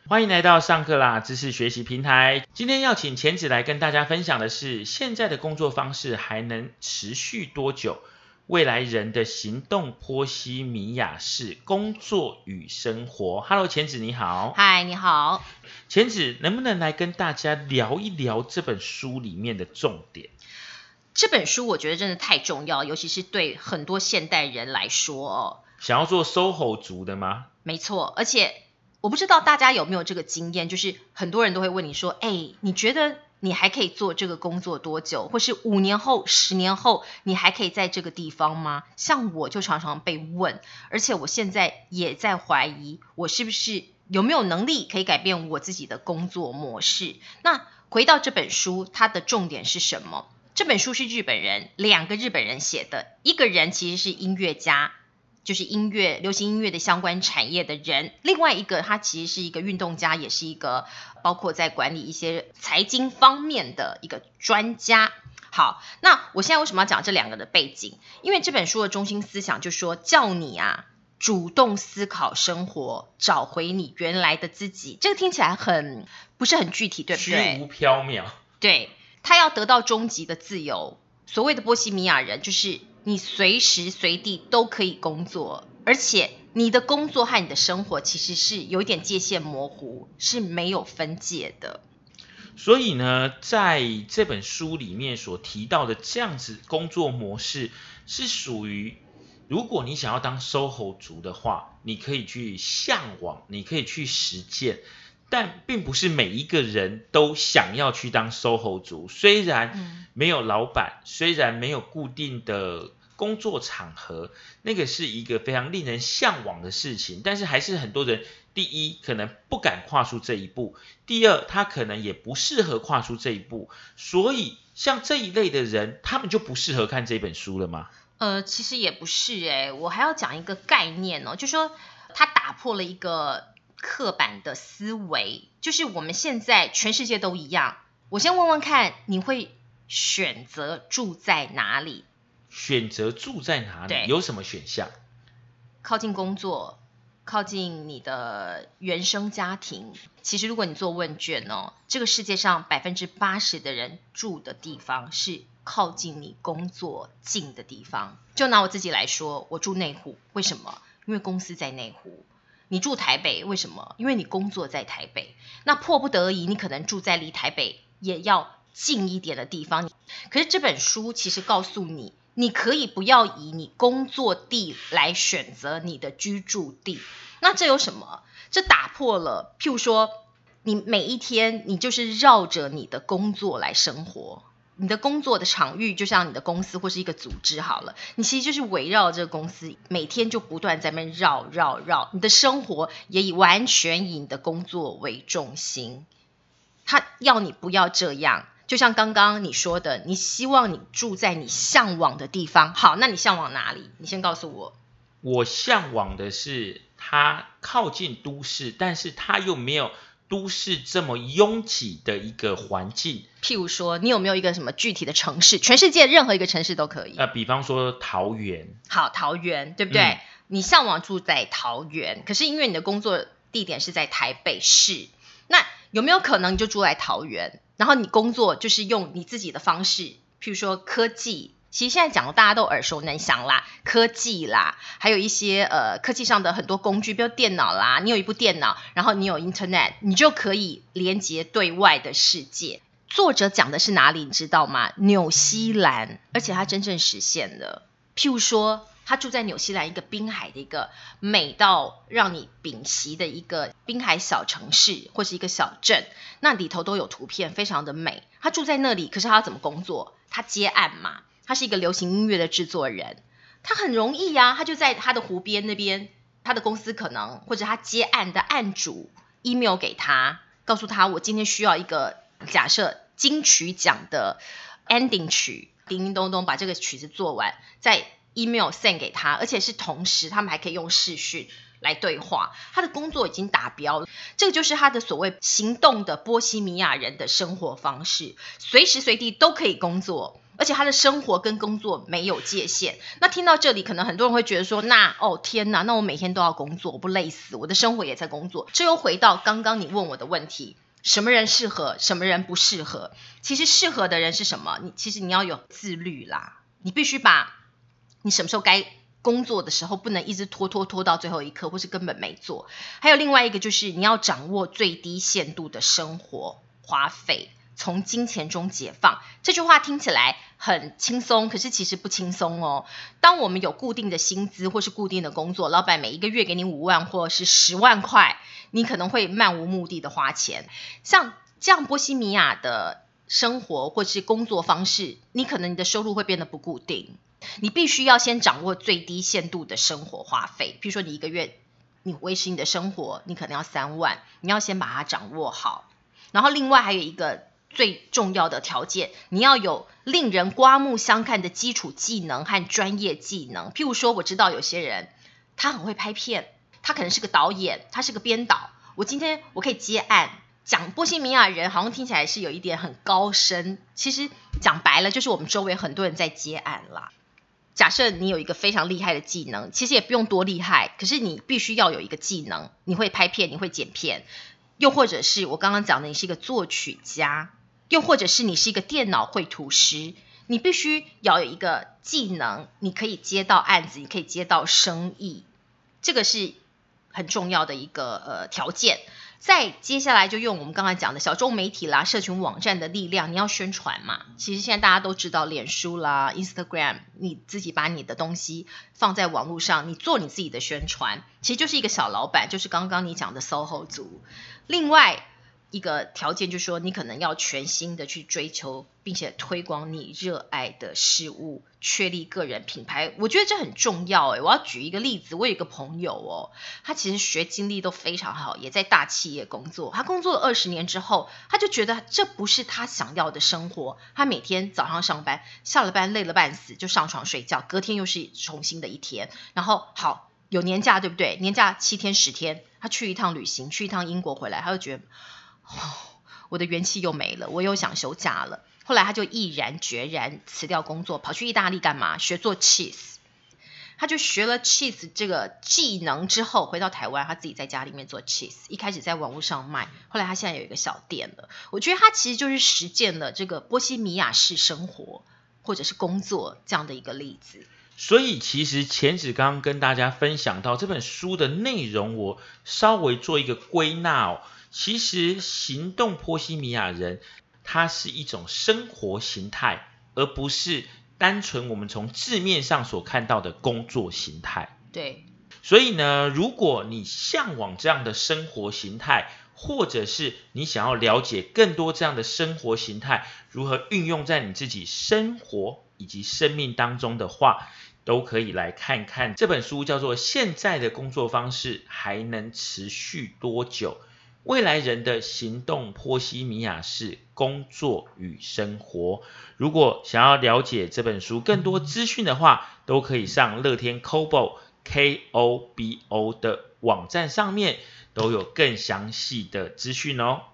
欢迎来到上课啦知识学习平台。今天要请钱子来跟大家分享的是，现在的工作方式还能持续多久？未来人的行动波西米亚式工作与生活。Hello， 钱子你好。 嗨，你好。 钱子能不能来跟大家聊一聊这本书里面的重点？ 这本书我觉得真的太重要，尤其是对很多现代人来说哦。 想要做 SOHO 族的吗？ 没错，而且我不知道大家有没有这个经验，就是很多人都会问你说，你觉得你还可以做这个工作多久？或是5年后、10年后，你还可以在这个地方吗？像我就常常被问，而且我现在也在怀疑，我是不是有没有能力可以改变我自己的工作模式？那回到这本书，它的重点是什么？这本书是2个日本人写的，一个人其实是音乐家，就是流行音乐的相关产业的人，另外一个他其实是一个运动家，也是一个包括在管理一些财经方面的一个专家。好，那我现在为什么要讲这2个的背景？因为这本书的中心思想就说叫你主动思考生活，找回你原来的自己。这个听起来不是很具体，对不对？ 虚无缥缈。 对，他要得到终极的自由。所谓的波西米亚人，就是你随时随地都可以工作，而且你的工作和你的生活其实是有一点界限模糊，是没有分界的。 所以呢，在这本书里面所提到的这样子工作模式，是属于如果你想要当 SOHO 族的话，你可以去向往，你可以去实践，但并不是每一个人都想要去当 SOHO 族。虽然没有老板，虽然没有固定的工作场合，那个是一个非常令人向往的事情，但是还是很多人，第一可能不敢跨出这一步，第二他可能也不适合跨出这一步，所以像这一类的人，他们就不适合看这本书了吗？ 其实也不是我还要讲一个概念就是说他打破了一个刻板的思维，就是我们现在全世界都一样。我先问问看，你会选择住在哪里？ 选择住在哪里？有什么选项？ 靠近工作，靠近你的原生家庭。其实如果你做问卷这个世界上80%的人住的地方是靠近你工作近的地方。就拿我自己来说，我住内湖，为什么？因为公司在内湖。你住台北，为什么？因为你工作在台北。那迫不得已，你可能住在离台北也要近一点的地方。可是这本书其实告诉你，你可以不要以你工作地来选择你的居住地。那这有什么？这打破了，譬如说，你每一天你就是绕着你的工作来生活。你的工作的场域就像你的公司或是一个组织好了，你其实就是围绕这个公司，每天就不断在那边绕，你的生活也完全以你的工作为重心。他要你不要这样，就像刚刚你说的，你希望你住在你向往的地方。好，那你向往哪里？你先告诉我。 我向往的是它靠近都市，但是它又没有都市这么拥挤的一个环境。 譬如说，你有没有一个什么具体的城市？全世界任何一个城市都可以。 比方说桃园。 好，桃园，对不对？你向往住在桃园，可是因为你的工作地点是在台北市，那有没有可能你就住在桃园，然后你工作就是用你自己的方式，譬如说科技，其实现在讲的大家都耳熟能详啦，科技啦，还有一些科技上的很多工具，比如电脑啦，你有一部电脑，然后你有 Internet， 你就可以连接对外的世界。作者讲的是哪里你知道吗？纽西兰，而且他真正实现了。譬如说他住在纽西兰一个滨海的一个美到让你屏息的一个滨海小城市或是一个小镇，那里头都有图片，非常的美。他住在那里，可是他要怎么工作？他接案嘛，他是一个流行音乐的制作人，他很容易他就在他的湖边那边，他的公司可能或者他接案的案主 email 给他，告诉他我今天需要一个假设金曲奖的 ending 曲，叮叮咚咚把这个曲子做完，再 email send 给他，而且是同时他们还可以用视讯来对话。他的工作已经达标了，这个就是他的所谓行动的波西米亚人的生活方式，随时随地都可以工作。 而且他的生活跟工作没有界限。那听到这里，可能很多人会觉得说，天哪，那我每天都要工作，我不累死？我的生活也在工作。这又回到刚刚你问我的问题，什么人适合，什么人不适合？其实适合的人是什么？其实你要有自律啦，你必须把你什么时候该工作的时候不能一直拖到最后一刻，或是根本没做。还有另外一个就是你要掌握最低限度的生活花费，从金钱中解放。这句话听起来很轻松，可是其实不轻松哦。当我们有固定的薪资或是固定的工作，老板每一个月给你5万或是10万块，你可能会漫无目的的花钱。像这样波西米亚的生活或是工作方式，你可能你的收入会变得不固定。你必须要先掌握最低限度的生活花费，比如说你一个月你维持你的生活，你可能要3万，你要先把它掌握好。然后另外还有一个最重要的条件，你要有令人刮目相看的基础技能和专业技能。譬如说我知道有些人他很会拍片，他可能是个导演，他是个编导，今天我可以接案。讲波西米亚人好像听起来是有一点很高深，其实讲白了就是我们周围很多人在接案啦。假设你有一个非常厉害的技能，其实也不用多厉害，可是你必须要有一个技能，你会拍片，你会剪片，又或者是我刚刚讲的你是一个作曲家，又或者是你是一个电脑绘图师，你必须要有一个技能，你可以接到案子，你可以接到生意，这个是很重要的一个条件。再接下来就用我们刚才讲的小众媒体啦、社群网站的力量，你要宣传嘛。其实现在大家都知道脸书啦、Instagram， 你自己把你的东西放在网络上，你做你自己的宣传，其实就是一个小老板，就是刚刚你讲的 SOHO 族。另外一个条件就是说，你可能要全心的去追求并且推广你热爱的事物，确立个人品牌。我觉得这很重要。我要举一个例子，我有一个朋友他其实学经历都非常好，也在大企业工作。他工作了20年之后，他就觉得这不是他想要的生活。他每天早上上班，下了班累了半死就上床睡觉，隔天又是重新的一天。然后好有年假对不对？年假7天10天，他去一趟旅行，去一趟英国回来，他就觉得我的元气又没了，我又想休假了。后来他就毅然决然辞掉工作，跑去意大利干嘛？学做 cheese。他就学了 cheese 这个技能之后，回到台湾，他自己在家里面做 cheese。一开始在网络上卖，后来他现在有一个小店了。我觉得他其实就是实践了这个波西米亚式生活或者是工作这样的一个例子。 所以其实钱子刚刚跟大家分享到这本书的内容，我稍微做一个归纳其实行动波西米亚人，它是一种生活形态，而不是单纯我们从字面上所看到的工作形态。 对， 所以呢，如果你向往这样的生活形态，或者是你想要了解更多这样的生活形态如何运用在你自己生活以及生命当中的话，都可以来看看这本书，叫做《现在的工作方式还能持续多久？未来人的行动波西米亚式工作与生活》。如果想要了解这本书更多资讯的话，都可以上乐天 Kobo KOBO 的网站上面，都有更详细的资讯哦。